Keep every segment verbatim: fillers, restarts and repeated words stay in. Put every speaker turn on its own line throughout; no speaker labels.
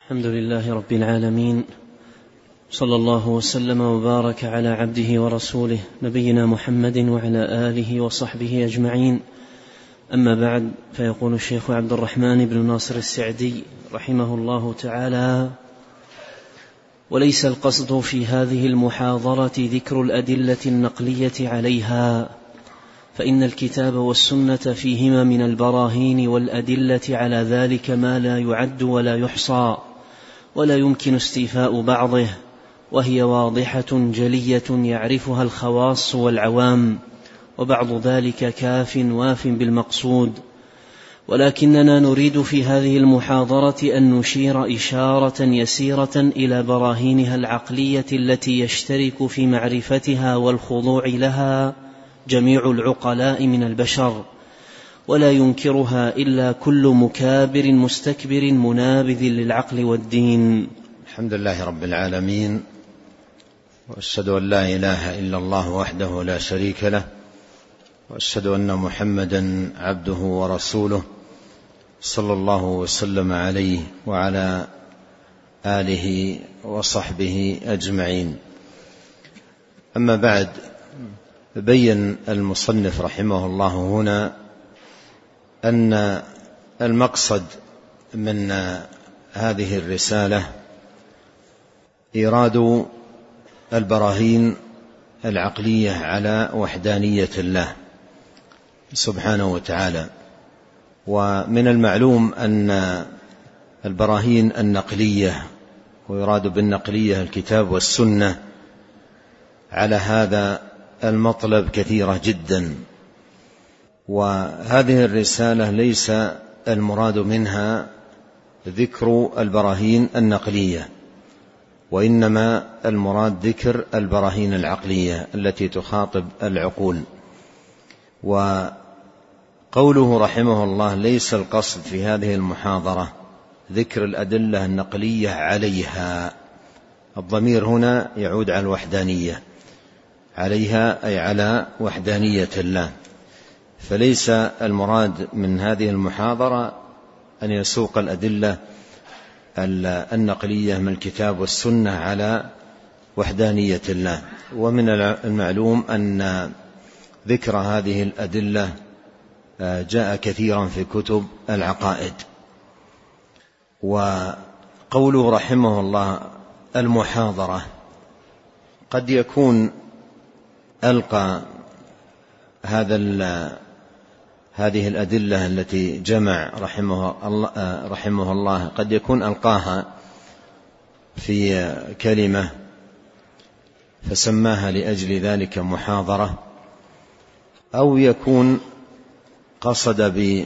الحمد لله رب العالمين، صلى الله وسلم وبارك على عبده ورسوله نبينا محمد وعلى آله وصحبه أجمعين. أما بعد، فيقول الشيخ عبد الرحمن بن ناصر السعدي رحمه الله تعالى: وليس القصد في هذه المحاضرة ذكر الأدلة النقلية عليها، فإن الكتاب والسنة فيهما من البراهين والأدلة على ذلك ما لا يعد ولا يحصى، ولا يمكن استيفاء بعضه، وهي واضحة جلية يعرفها الخواص والعوام، وبعض ذلك كاف واف بالمقصود. ولكننا نريد في هذه المحاضرة أن نشير إشارة يسيرة إلى براهينها العقلية التي يشترك في معرفتها والخضوع لها جميع العقلاء من البشر، ولا ينكرها إلا كل مكابر مستكبر منابذ للعقل والدين.
الحمد لله رب العالمين، وأشهد أن لا إله إلا الله وحده لا شريك له، وأشهد أن محمدا عبده ورسوله، صلى الله وسلم عليه وعلى آله وصحبه أجمعين. أما بعد، بين المصنف رحمه الله هنا أن المقصد من هذه الرسالة إيراد البراهين العقلية على وحدانية الله سبحانه وتعالى. ومن المعلوم أن البراهين النقلية، ويراد بالنقلية الكتاب والسنة، على هذا المطلب كثيرة جدا. وهذه الرسالة ليس المراد منها ذكر البراهين النقلية، وإنما المراد ذكر البراهين العقلية التي تخاطب العقول. وقوله رحمه الله ليس القصد في هذه المحاضرة ذكر الأدلة النقلية عليها، الضمير هنا يعود على الوحدانية، عليها أي على وحدانية الله. فليس المراد من هذه المحاضرة أن يسوق الأدلة النقلية من الكتاب والسنة على وحدانية الله. ومن المعلوم أن ذكر هذه الأدلة جاء كثيرا في كتب العقائد. وقوله رحمه الله المحاضرة، قد يكون ألقى هذا هذه الأدلة التي جمع رحمه الله, رحمه الله قد يكون ألقاها في كلمة فسماها لأجل ذلك محاضرة، أو يكون قصد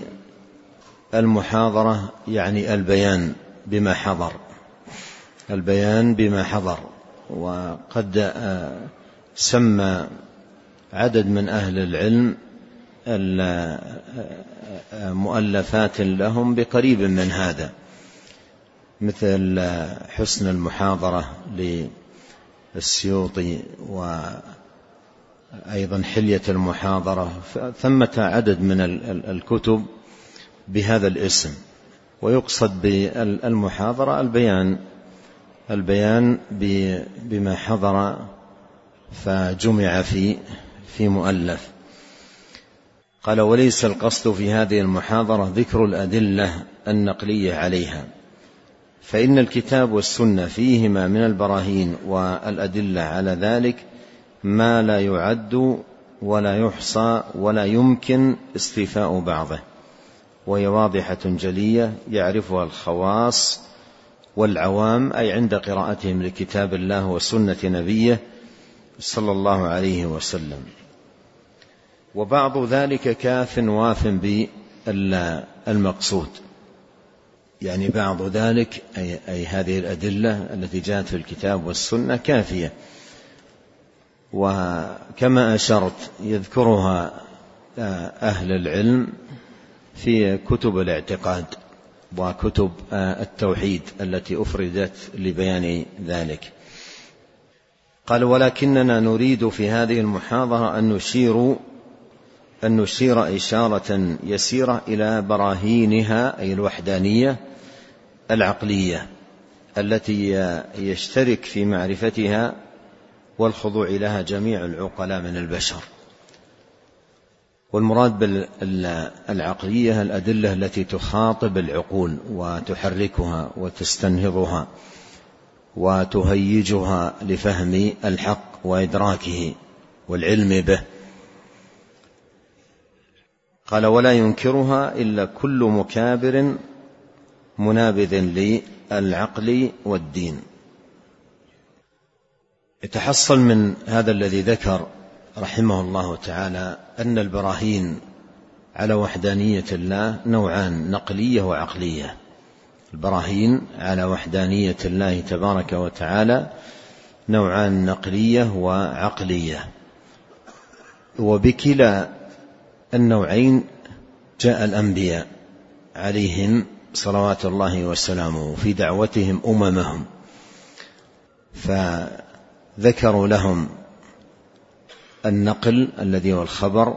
بالمحاضرة يعني البيان بما حضر، البيان بما حضر. وقد سمى عدد من أهل العلم مؤلفات لهم بقريب من هذا، مثل حسن المحاضرة للسيوطي، وأيضا حلية المحاضرة. ثمة عدد من الكتب بهذا الاسم. ويقصد بالمحاضرة البيان البيان بما حضر فجمع في في مؤلف. قال: وليس القصد في هذه المحاضرة ذكر الأدلة النقلية عليها، فإن الكتاب والسنة فيهما من البراهين والأدلة على ذلك ما لا يعد ولا يحصى، ولا يمكن استيفاء بعضه، وهي واضحة جلية يعرفها الخواص والعوام، أي عند قراءتهم لكتاب الله وسنة نبيه صلى الله عليه وسلم. وبعض ذلك كاف واف بالمقصود، يعني بعض ذلك أي, أي هذه الأدلة التي جاءت في الكتاب والسنة كافية. وكما أشرت يذكرها أهل العلم في كتب الاعتقاد وكتب التوحيد التي أفردت لبيان ذلك. قال: ولكننا نريد في هذه المحاضرة أن نشير أن نشير إشارة يسيرة إلى براهينها أي الوحدانية العقلية التي يشترك في معرفتها والخضوع لها جميع العقلاء من البشر. والمراد بالعقلية الأدلة التي تخاطب العقول وتحركها وتستنهضها وتهيجها لفهم الحق وإدراكه والعلم به. قال: ولا ينكرها إلا كل مكابر منابذ للعقل والدين. يتحصل من هذا الذي ذكر رحمه الله تعالى أن البراهين على وحدانية الله نوعان: نقلية وعقلية. البراهين على وحدانية الله تبارك وتعالى نوعان: نقلية وعقلية. وبكلا النوعين جاء الأنبياء عليهم صلوات الله وسلامه في دعوتهم أممهم، فذكروا لهم النقل الذي هو الخبر،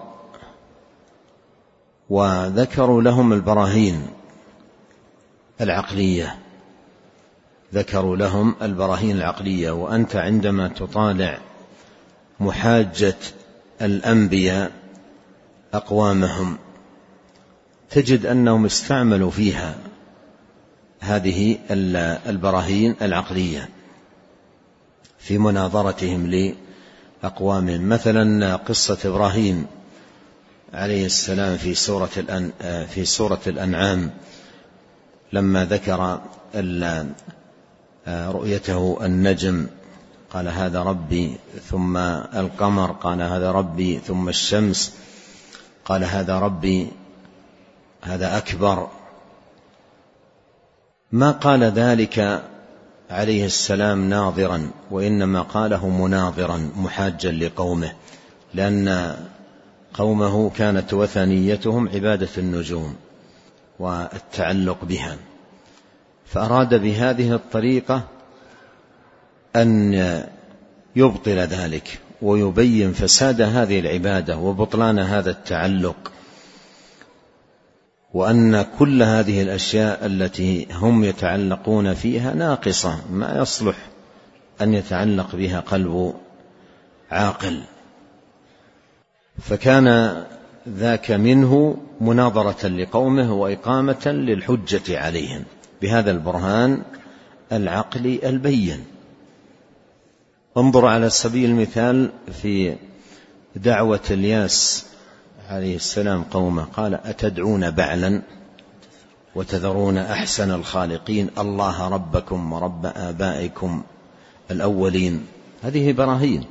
وذكروا لهم البراهين العقلية ذكروا لهم البراهين العقلية. وأنت عندما تطالع محاجة الأنبياء أقوامهم تجد أنهم استعملوا فيها هذه البراهين العقلية في مناظرتهم لأقوامهم. مثلا قصة إبراهيم عليه السلام في سورة الأن في سورة الأنعام لما ذكر رؤيته النجم قال: هذا ربي، ثم القمر قال: هذا ربي، ثم الشمس قال: هذا ربي، هذا أكبر. ما قال ذلك عليه السلام ناظرا، وإنما قاله مناظرا محاجا لقومه، لأن قومه كانت وثنيتهم عبادة النجوم والتعلق بها، فأراد بهذه الطريقة أن يبطل ذلك ويبين فساد هذه العبادة وبطلان هذا التعلق، وأن كل هذه الأشياء التي هم يتعلقون فيها ناقصة، ما يصلح أن يتعلق بها قلب عاقل. فكان ذاك منه مناظرة لقومه وإقامة للحجة عليهم بهذا البرهان العقلي البين. انظر على سبيل المثال في دعوة الياس عليه السلام قومه، قال: أتدعون بعلا وتذرون أحسن الخالقين الله ربكم ورب آبائكم الأولين. هذه براهين.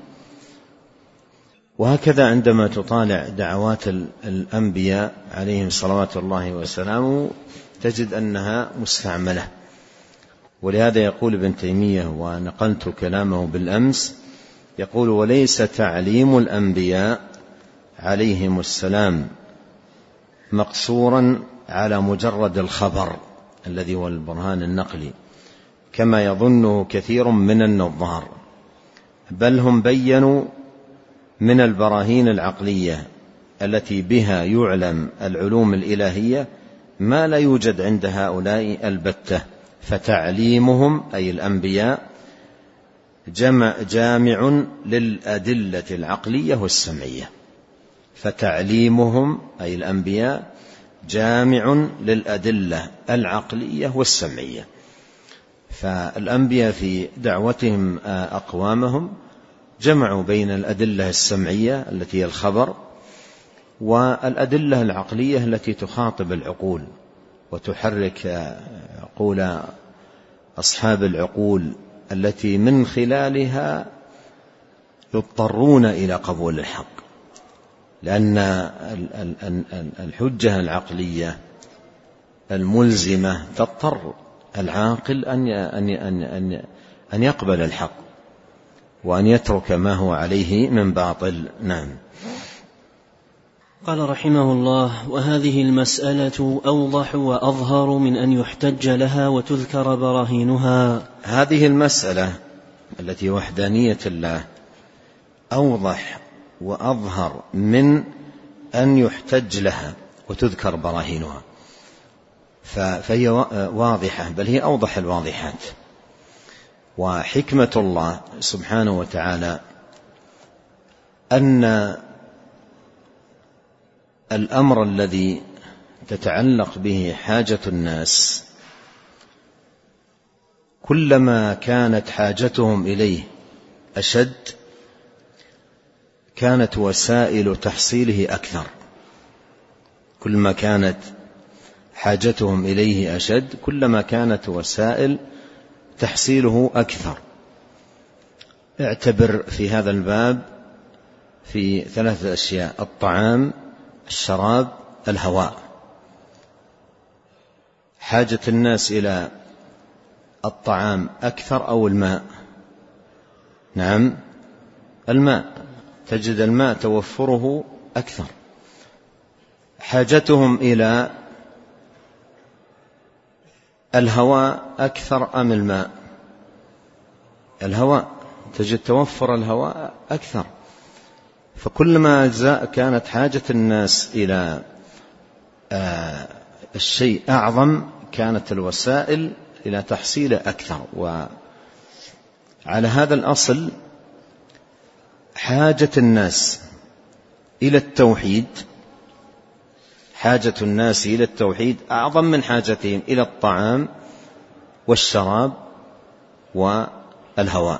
وهكذا عندما تطالع دعوات الأنبياء عليهم صلوات الله وسلامه تجد أنها مستعملة. ولهذا يقول ابن تيمية، ونقلت كلامه بالأمس، يقول: وليس تعليم الأنبياء عليهم السلام مقصورا على مجرد الخبر الذي هو البرهان النقلي كما يظنه كثير من النظار، بل هم بينوا من البراهين العقلية التي بها يعلم العلوم الإلهية ما لا يوجد عند هؤلاء البتة. فتعليمهم أي الأنبياء جمع جامع للأدلة العقلية والسمعية. فتعليمهم أي الأنبياء جامع للأدلة العقلية والسمعية. فالأنبياء في دعوتهم أقوامهم جمعوا بين الأدلة السمعية التي هي الخبر والأدلة العقلية التي تخاطب العقول وتحرك عقول أصحاب العقول التي من خلالها يضطرون إلى قبول الحق، لأن الحجة العقلية الملزمة تضطر العاقل أن يقبل الحق وأن يترك ما هو عليه من باطل. نعم.
قال رحمه الله: وهذه المسألة أوضح وأظهر من أن يحتج لها وتذكر براهينها.
هذه المسألة التي وحدانية الله أوضح وأظهر من أن يحتج لها وتذكر براهينها، فهي واضحة، بل هي أوضح الواضحات. وحكمة الله سبحانه وتعالى أن الأمر الذي تتعلق به حاجة الناس كلما كانت حاجتهم إليه أشد كانت وسائل تحصيله أكثر. كلما كانت حاجتهم إليه أشد كلما كانت وسائل تحصيله أكثر. اعتبر في هذا الباب في ثلاثة أشياء: الطعام، الشراب، الهواء. حاجة الناس إلى الطعام أكثر أو الماء؟ نعم، الماء. تجد الماء توفره أكثر. حاجتهم إلى الهواء أكثر أم الماء؟ الهواء. تجد توفر الهواء أكثر. فكلما كانت حاجة الناس إلى الشيء أعظم كانت الوسائل إلى تحصيله أكثر. وعلى هذا الأصل حاجة الناس إلى التوحيد حاجة الناس إلى التوحيد أعظم من حاجتهم إلى الطعام والشراب والهواء،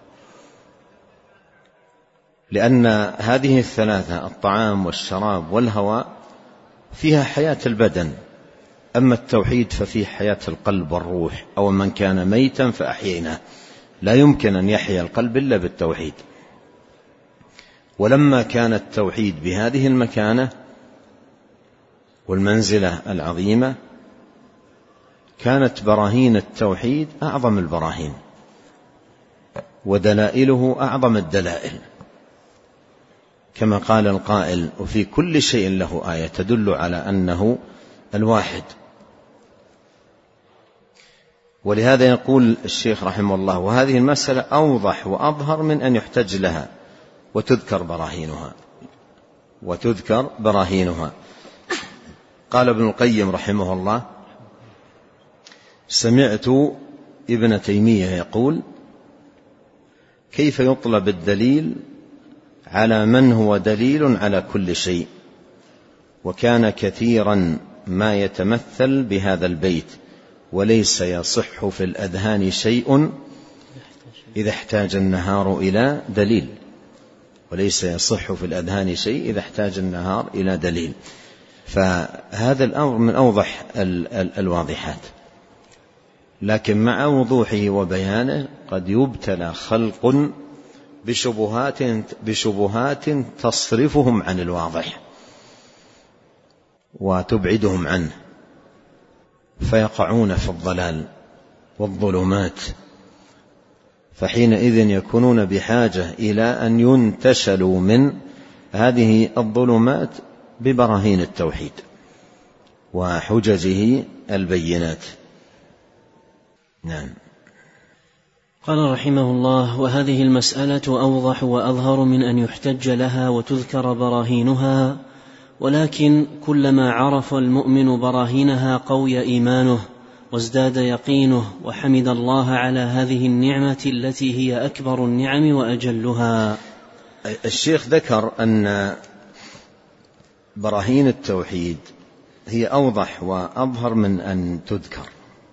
لأن هذه الثلاثة الطعام والشراب والهواء فيها حياة البدن، أما التوحيد ففيه حياة القلب والروح. أو من كان ميتا فأحييناه، لا يمكن أن يحيا القلب إلا بالتوحيد. ولما كان التوحيد بهذه المكانة والمنزلة العظيمة كانت براهين التوحيد أعظم البراهين ودلائله أعظم الدلائل، كما قال القائل: وفي كل شيء له آية تدل على أنه الواحد. ولهذا يقول الشيخ رحمه الله: وهذه المسألة أوضح وأظهر من أن يحتج لها وتذكر براهينها وتذكر براهينها. قال ابن القيم رحمه الله: سمعت ابن تيمية يقول: كيف يطلب الدليل على من هو دليل على كل شيء؟ وكان كثيرا ما يتمثل بهذا البيت: وليس يصح في الأذهان شيء إذا احتاج النهار إلى دليل. وليس يصح في الأذهان شيء إذا احتاج النهار إلى دليل. فهذا الأمر من أوضح الواضحات، لكن مع وضوحه وبيانه قد يبتلى خلق بشبهات بشبهات تصرفهم عن الواضح وتبعدهم عنه، فيقعون في الضلال والظلمات. فحينئذ يكونون بحاجة إلى أن ينتشلوا من هذه الظلمات ببراهين التوحيد وحججه البينات. نعم.
قال رحمه الله: وهذه المسألة أوضح وأظهر من أن يحتج لها وتذكر براهينها، ولكن كلما عرف المؤمن براهينها قوي إيمانه وازداد يقينه وحمد الله على هذه النعمة التي هي أكبر النعم وأجلها.
الشيخ ذكر أن براهين التوحيد هي أوضح وأظهر من أن تذكر،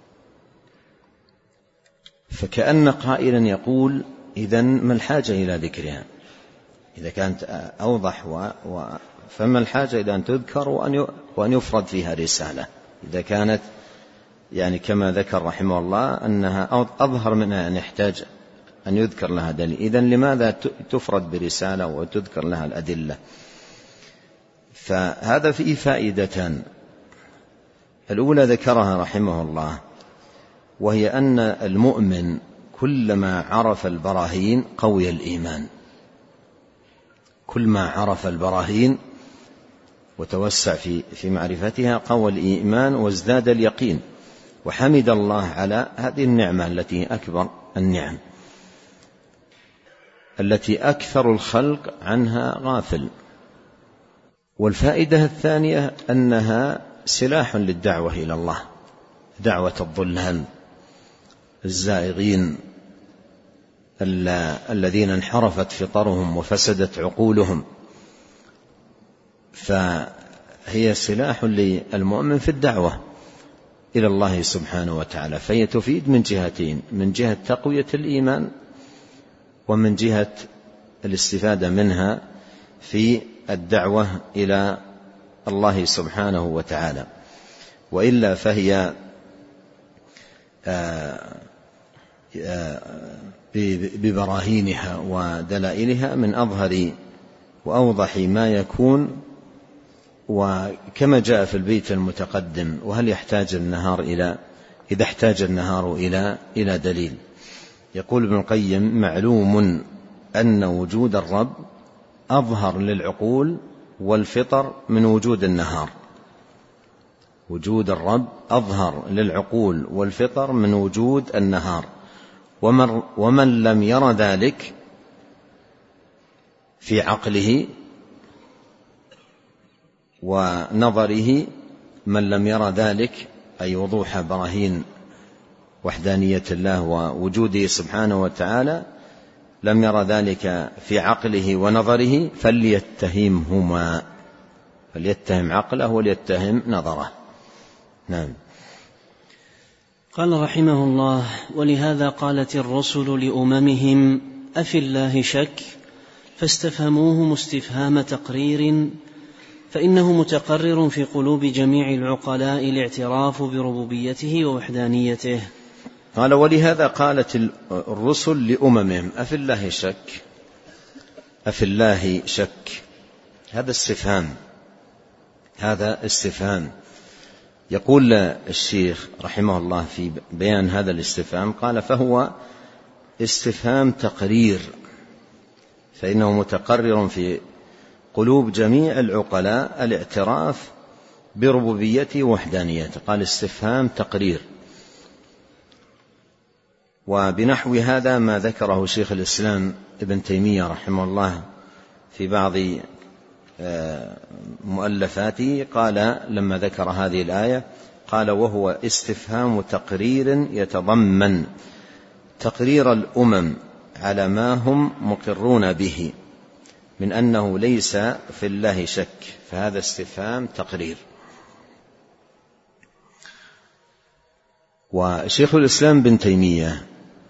فكأن قائلا يقول: إذن ما الحاجة إلى ذكرها؟ إذا كانت أوضح و... و... فما الحاجة إلى أن تذكر وأن, ي... وأن يفرد فيها رسالة، إذا كانت يعني كما ذكر رحمه الله أنها أظهر منها أن يحتاج أن يذكر لها دليل. إذن لماذا تفرد برسالة وتذكر لها الأدلة؟ فهذا فيه فائدتان. الأولى ذكرها رحمه الله، وهي أن المؤمن كلما عرف البراهين قوي الإيمان. كلما عرف البراهين وتوسع في في معرفتها قوى الإيمان وازداد اليقين، وحمد الله على هذه النعمة التي أكبر النعم، التي أكثر الخلق عنها غافل. والفائدة الثانية أنها سلاح للدعوة إلى الله، دعوة الضلال الزائغين الذين انحرفت فطرهم وفسدت عقولهم. فهي سلاح للمؤمن في الدعوة إلى الله سبحانه وتعالى، فهي تفيد من جهتين: من جهة تقوية الإيمان، ومن جهة الاستفادة منها في الدعوة إلى الله سبحانه وتعالى. وإلا فهي ببراهينها ودلائلها من أظهر وأوضح ما يكون. وكما جاء في البيت المتقدم: وهل يحتاج النهار إلى إذا احتاج النهار إلى إلى دليل. يقول ابن القيم: معلوم أن وجود الرب أظهر للعقول والفطر من وجود النهار. وجود الرب أظهر للعقول والفطر من وجود النهار، ومن, ومن لم ير ذلك في عقله ونظره، من لم ير ذلك أي وضوح براهين وحدانية الله ووجوده سبحانه وتعالى، لم ير ذلك في عقله ونظره، فليتهمهما، فليتهم عقله وليتهم نظره. نعم.
قال رحمه الله: ولهذا قالت الرسل لأممهم: أفي الله شك؟ فاستفهموهم استفهام تقرير، فإنه متقرر في قلوب جميع العقلاء الاعتراف بربوبيته ووحدانيته.
قال: ولهذا قالت الرسل لأممهم: أفي الله شك؟ أفي الله شك، هذا استفهام، هذا استفهام. يقول الشيخ رحمه الله في بيان هذا الاستفهام، قال: فهو استفهام تقرير، فإنه متقرر في قلوب جميع العقلاء الاعتراف بربوبيته ووحدانيته. قال: استفهام تقرير. وبنحو هذا ما ذكره شيخ الإسلام ابن تيمية رحمه الله في بعض مؤلفاته، قال لما ذكر هذه الآية: قال: وهو استفهام تقرير يتضمن تقرير الأمم على ما هم مقرون به من أنه ليس في الله شك، فهذا استفهام تقرير. وشيخ الإسلام بن تيمية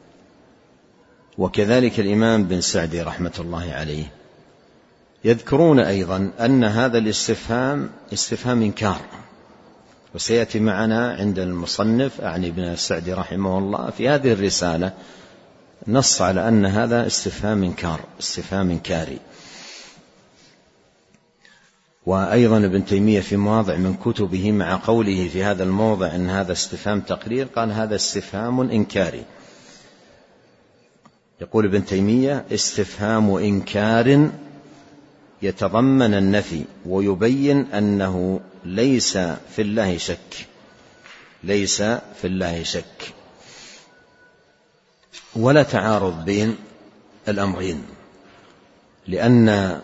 وكذلك الإمام بن سعدي رحمة الله عليه يذكرون أيضا أن هذا الاستفهام استفهام إنكار، وسيأتي معنا عند المصنف أعني ابن السعدي رحمه الله في هذه الرسالة نص على أن هذا استفهام إنكار، استفهام إنكاري. وأيضا ابن تيمية في مواضع من كتبه مع قوله في هذا الموضع أن هذا استفهام تقرير، قال: هذا استفهام إنكاري. يقول ابن تيمية: استفهام إنكار يتضمن النفي ويبين أنه ليس في الله شك، ليس في الله شك. ولا تعارض بين الأمرين، لأن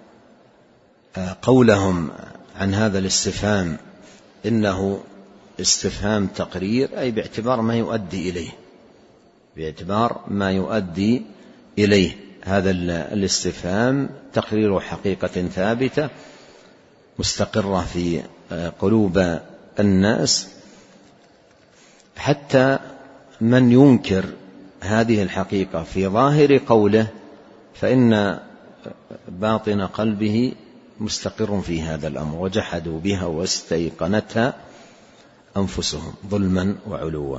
قولهم عن هذا الاستفهام إنه استفهام تقرير أي باعتبار ما يؤدي إليه، باعتبار ما يؤدي إليه. هذا الاستفهام تقرير حقيقة ثابتة مستقرة في قلوب الناس، حتى من ينكر هذه الحقيقة في ظاهر قوله فإن باطن قلبه مستقر في هذا الأمر، وجحدوا بها واستيقنتها أنفسهم ظلما وعلوا.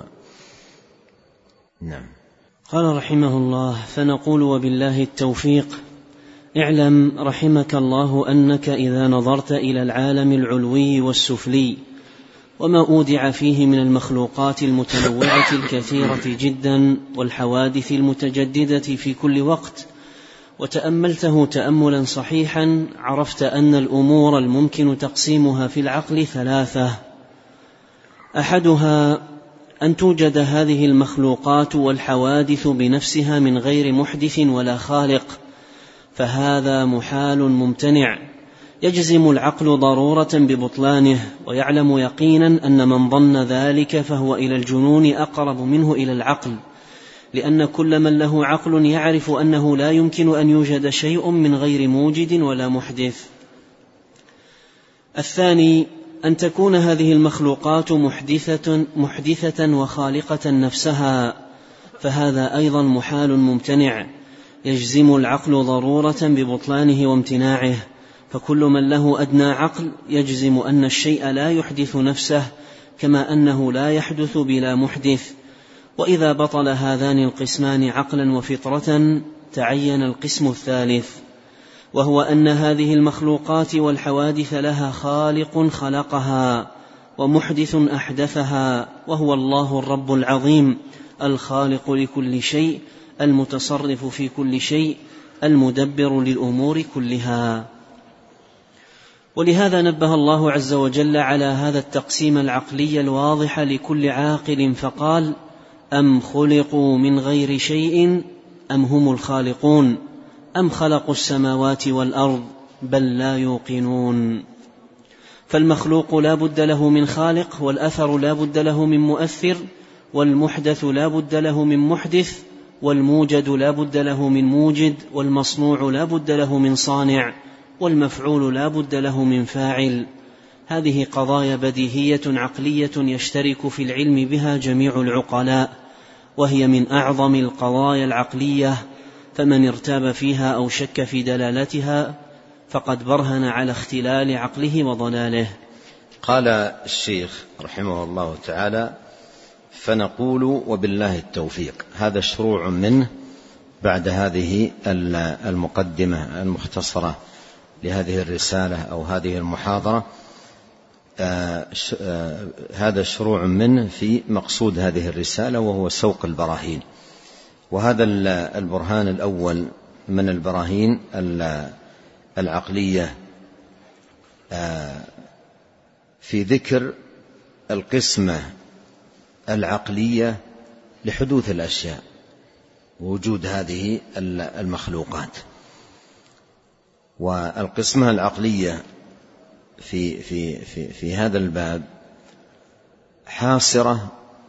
نعم.
قال رحمه الله: فنقول وبالله التوفيق: اعلم رحمك الله أنك إذا نظرت إلى العالم العلوي والسفلي وما أودع فيه من المخلوقات المتنوعة الكثيرة جدا والحوادث المتجددة في كل وقت، وتأملته تأملا صحيحا، عرفت أن الأمور الممكن تقسيمها في العقل ثلاثة: أحدها أن توجد هذه المخلوقات والحوادث بنفسها من غير محدث ولا خالق، فهذا محال ممتنع، يجزم العقل ضرورة ببطلانه، ويعلم يقينا أن من ظن ذلك فهو إلى الجنون أقرب منه إلى العقل، لأن كل من له عقل يعرف أنه لا يمكن أن يوجد شيء من غير موجد ولا محدث. الثاني أن تكون هذه المخلوقات محدثة, محدثة وخالقة نفسها، فهذا أيضا محال ممتنع، يجزم العقل ضرورة ببطلانه وامتناعه، فكل من له أدنى عقل يجزم أن الشيء لا يحدث نفسه، كما أنه لا يحدث بلا محدث. وإذا بطل هذان القسمان عقلا وفطرة تعين القسم الثالث، وهو أن هذه المخلوقات والحوادث لها خالق خلقها ومحدث أحدثها، وهو الله الرب العظيم الخالق لكل شيء، المتصرف في كل شيء، المدبر للأمور كلها. ولهذا نبه الله عز وجل على هذا التقسيم العقلي الواضح لكل عاقل فقال: أم خلقوا من غير شيء أم هم الخالقون أم خلقوا السماوات والأرض بل لا يوقنون. فالمخلوق لا بد له من خالق، والأثر لا بد له من مؤثر، والمحدث لا بد له من محدث، والموجد لا بد له من موجد، والمصنوع لا بد له من صانع، والمفعول لا بد له من فاعل. هذه قضايا بديهية عقلية يشترك في العلم بها جميع العقلاء، وهي من أعظم القضايا العقلية، فمن ارتاب فيها أو شك في دلالتها فقد برهن على اختلال عقله وضلاله.
قال الشيخ رحمه الله تعالى: فنقول وبالله التوفيق. هذا شروع منه بعد هذه المقدمة المختصرة لهذه الرسالة أو هذه المحاضرة. آه آه هذا شروع منه في مقصود هذه الرسالة، وهو سوق البراهين. وهذا البرهان الأول من البراهين العقلية آه في ذكر القسمة العقلية لحدوث الأشياء ووجود هذه المخلوقات. والقسمة العقلية في, في, في, في هذا الباب حاصرة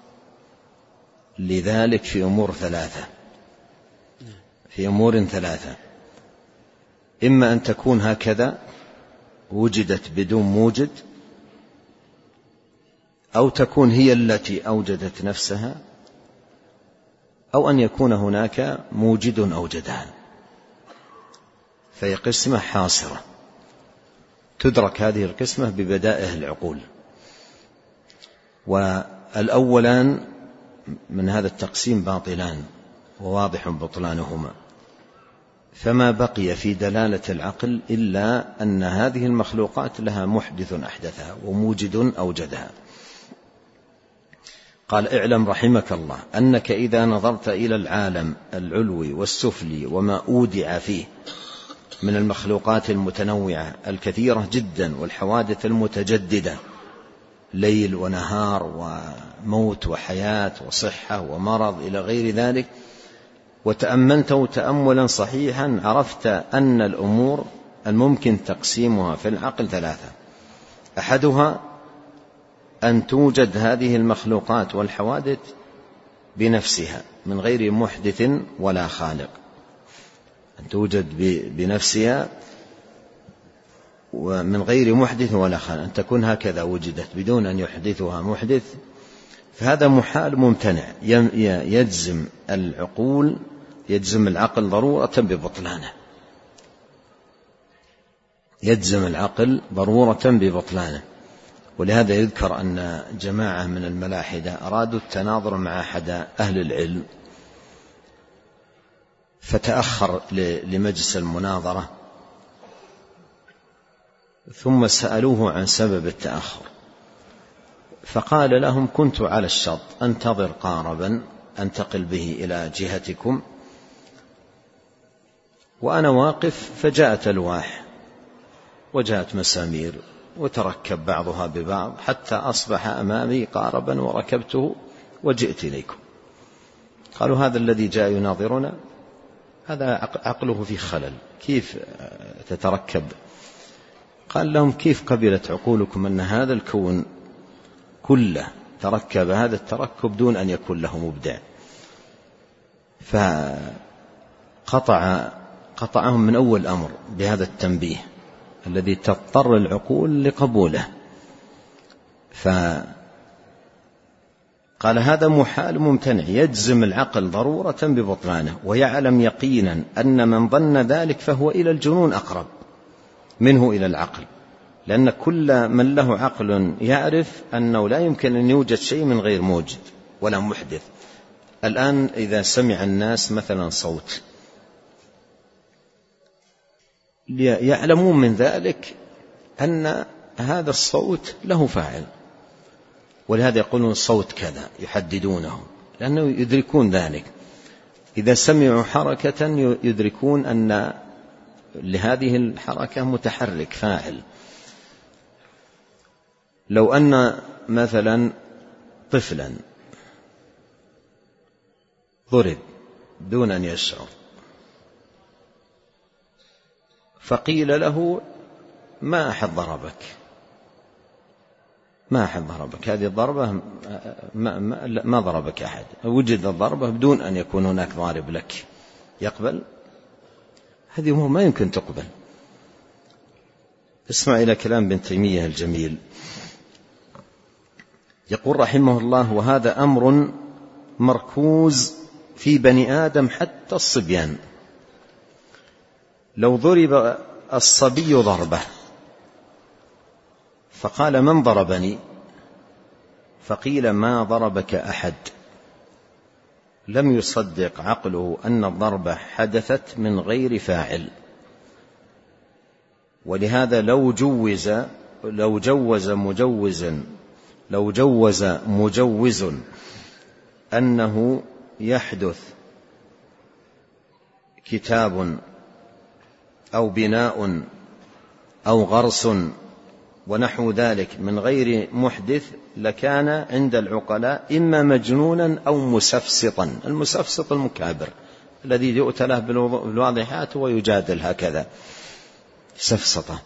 لذلك في أمور ثلاثة في أمور ثلاثة إما أن تكون هكذا وجدت بدون موجد، أو تكون هي التي أوجدت نفسها، أو أن يكون هناك موجد أوجدها. فهي قسمة حاصرة تدرك هذه القسمة ببدائه العقول. والأولان من هذا التقسيم باطلان وواضح بطلانهما، فما بقي في دلالة العقل إلا أن هذه المخلوقات لها محدث أحدثها وموجد أوجدها. قال: اعلم رحمك الله أنك إذا نظرت إلى العالم العلوي والسفلي وما أودع فيه من المخلوقات المتنوعة الكثيرة جدا والحوادث المتجددة، ليل ونهار وموت وحياة وصحة ومرض إلى غير ذلك، وتأملته تأملا صحيحا، عرفت أن الأمور الممكن تقسيمها في العقل ثلاثة: أحدها أن توجد هذه المخلوقات والحوادث بنفسها من غير محدث ولا خالق، أن توجد بنفسها ومن غير محدث ولا خالق، أن تكون هكذا وجدت بدون أن يحدثها محدث، فهذا محال ممتنع، يجزم العقول يجزم العقل ضرورة ببطلانه يجزم العقل ضرورة ببطلانه. ولهذا يذكر أن جماعة من الملاحدة أرادوا التناظر مع أحد أهل العلم، فتأخر لمجلس المناظرة، ثم سألوه عن سبب التأخر، فقال لهم: كنت على الشط أنتظر قاربا أنتقل به إلى جهتكم، وأنا واقف فجاءت ألواح وجاءت مسامير وتركب بعضها ببعض حتى أصبح أمامي قاربا وركبته وجئت إليكم. قالوا: هذا الذي جاء يناظرنا هذا عقله في خلل، كيف تتركب؟ قال لهم: كيف قبلت عقولكم أن هذا الكون كله تركب هذا التركب دون أن يكون له مبدع؟ فقطع قطعهم من أول أمر بهذا التنبيه الذي تضطر العقول لقبوله. فقال هذا محال ممتنع يجزم العقل ضرورة ببطلانه، ويعلم يقينا أن من ظن ذلك فهو إلى الجنون أقرب منه إلى العقل، لأن كل من له عقل يعرف أنه لا يمكن أن يوجد شيء من غير موجد ولا محدث. الآن إذا سمع الناس مثلا صوت يعلمون من ذلك أن هذا الصوت له فاعل، ولهذا يقولون صوت كذا يحددونه لأنه يدركون ذلك. إذا سمعوا حركة يدركون أن لهذه الحركة متحرك فاعل. لو أن مثلا طفلا ضرب دون أن يشعر فقيل له ما أحد ضربك ما أحد ضربك هذه الضربة ما, ما, ما ضربك أحد، وجد الضربة بدون أن يكون هناك ضارب لك، يقبل؟ هذه أمور ما يمكن تقبل. اسمع إلى كلام ابن تيمية الجميل، يقول رحمه الله: وهذا أمر مركوز في بني آدم حتى الصبيان. لو ضرب الصبي ضربة فقال من ضربني؟ فقيل ما ضربك أحد، لم يصدق عقله أن الضربة حدثت من غير فاعل. ولهذا لو جوز لو جوز مجوز لو جوز مجوز أنه يحدث كتاب أو بناء أو غرس ونحو ذلك من غير محدث لكان عند العقلاء إما مجنونا أو مسفسطا. المسفسط المكابر الذي يؤتى له بالواضحات ويجادل هكذا سفسطة.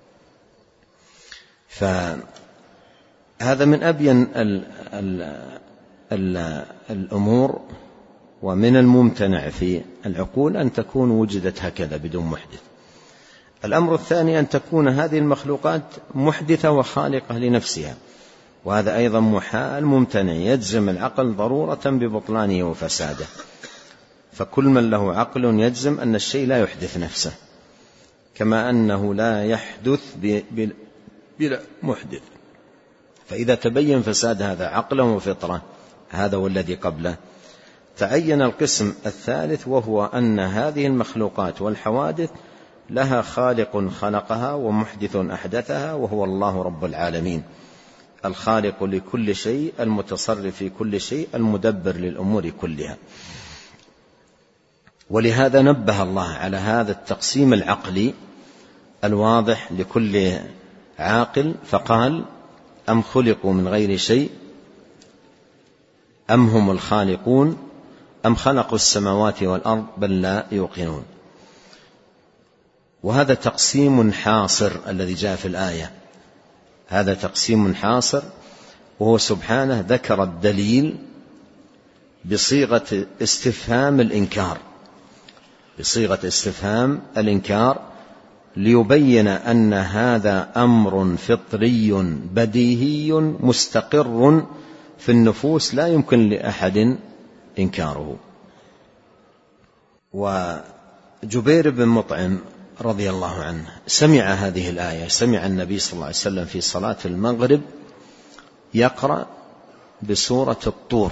فهذا من أبين ال ال ال الأمور، ومن الممتنع في العقول أن تكون وجدت هكذا بدون محدث. الأمر الثاني أن تكون هذه المخلوقات محدثة وخالقة لنفسها، وهذا أيضا محال ممتنع يجزم العقل ضرورة ببطلانه وفساده. فكل من له عقل يجزم أن الشيء لا يحدث نفسه، كما أنه لا يحدث بلا محدث. فإذا تبين فساد هذا عقلا وفطرة، هذا والذي قبله، تعين القسم الثالث، وهو أن هذه المخلوقات والحوادث لها خالق خلقها ومحدث أحدثها، وهو الله رب العالمين الخالق لكل شيء، المتصرف في كل شيء، المدبر للأمور كلها. ولهذا نبه الله على هذا التقسيم العقلي الواضح لكل عاقل، فقال: أم خلقوا من غير شيء أم هم الخالقون أم خلقوا السماوات والأرض بل لا يوقنون. وهذا تقسيم حاصر الذي جاء في الآية، هذا تقسيم حاصر، وهو سبحانه ذكر الدليل بصيغة استفهام الإنكار بصيغة استفهام الإنكار ليبين أن هذا أمر فطري بديهي مستقر في النفوس لا يمكن لأحد إنكاره. وجبير بن مطعم رضي الله عنه سمع هذه الآية، سمع النبي صلى الله عليه وسلم في صلاة المغرب يقرأ بسورة الطور،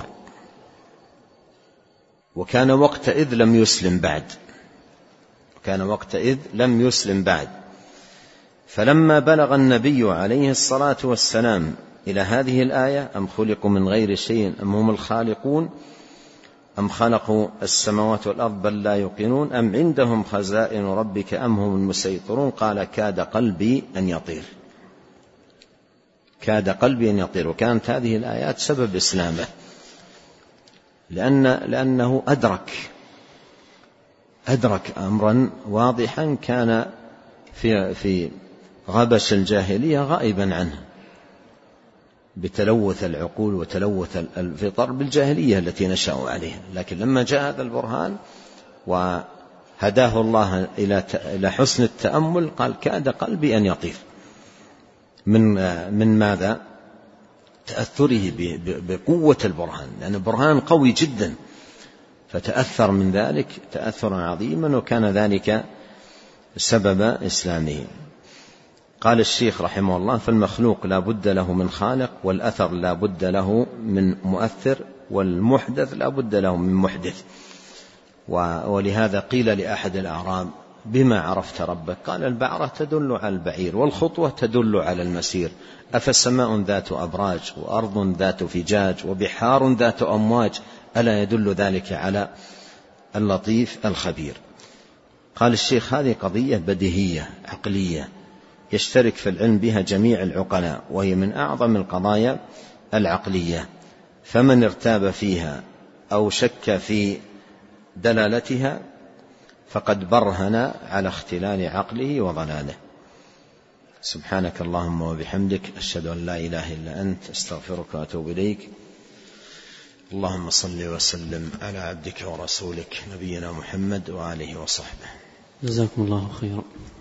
وكان وقتئذ لم يسلم بعد كان وقتئذ لم يسلم بعد فلما بلغ النبي عليه الصلاة والسلام إلى هذه الآية: أم خلقوا من غير شيء أم هم الخالقون أم خلقوا السماوات والأرض بل لا يوقنون أم عندهم خزائن ربك أم هم المسيطرون، قال: كاد قلبي أن يطير كاد قلبي أن يطير. وكانت هذه الآيات سبب إسلامه، لأن لأنه أدرك أدرك أمرا واضحا كان في في غبش الجاهلية غائبا عنه. بتلوث العقول وتلوث الفطر بالجاهلية التي نشأوا عليها. لكن لما جاء هذا البرهان وهداه الله إلى حسن التأمل قال كاد قلبي أن يطير من من ماذا؟ تأثره بقوة البرهان، لأن البرهان قوي جدا، فتأثر من ذلك تأثرا عظيما، وكان ذلك سبب إسلامه. قال الشيخ رحمه الله: فالمخلوق لا بد له من خالق، والأثر لا بد له من مؤثر، والمحدث لا بد له من محدث. ولهذا قيل لأحد الأعراب: بما عرفت ربك؟ قال: البعرة تدل على البعير، والخطوة تدل على المسير، أفسماء ذات أبراج، وأرض ذات فجاج، وبحار ذات أمواج، ألا يدل ذلك على اللطيف الخبير؟ قال الشيخ: هذه قضية بديهية عقلية يشترك في العلم بها جميع العقلاء، وهي من أعظم القضايا العقلية، فمن ارتاب فيها أو شك في دلالتها فقد برهن على اختلال عقله وضلاله. سبحانك اللهم وبحمدك، أشهد أن لا إله إلا أنت، أستغفرك وأتوب إليك. اللهم صل وسلم على عبدك ورسولك نبينا محمد وآله وصحبه.
جزاكم الله خيرا.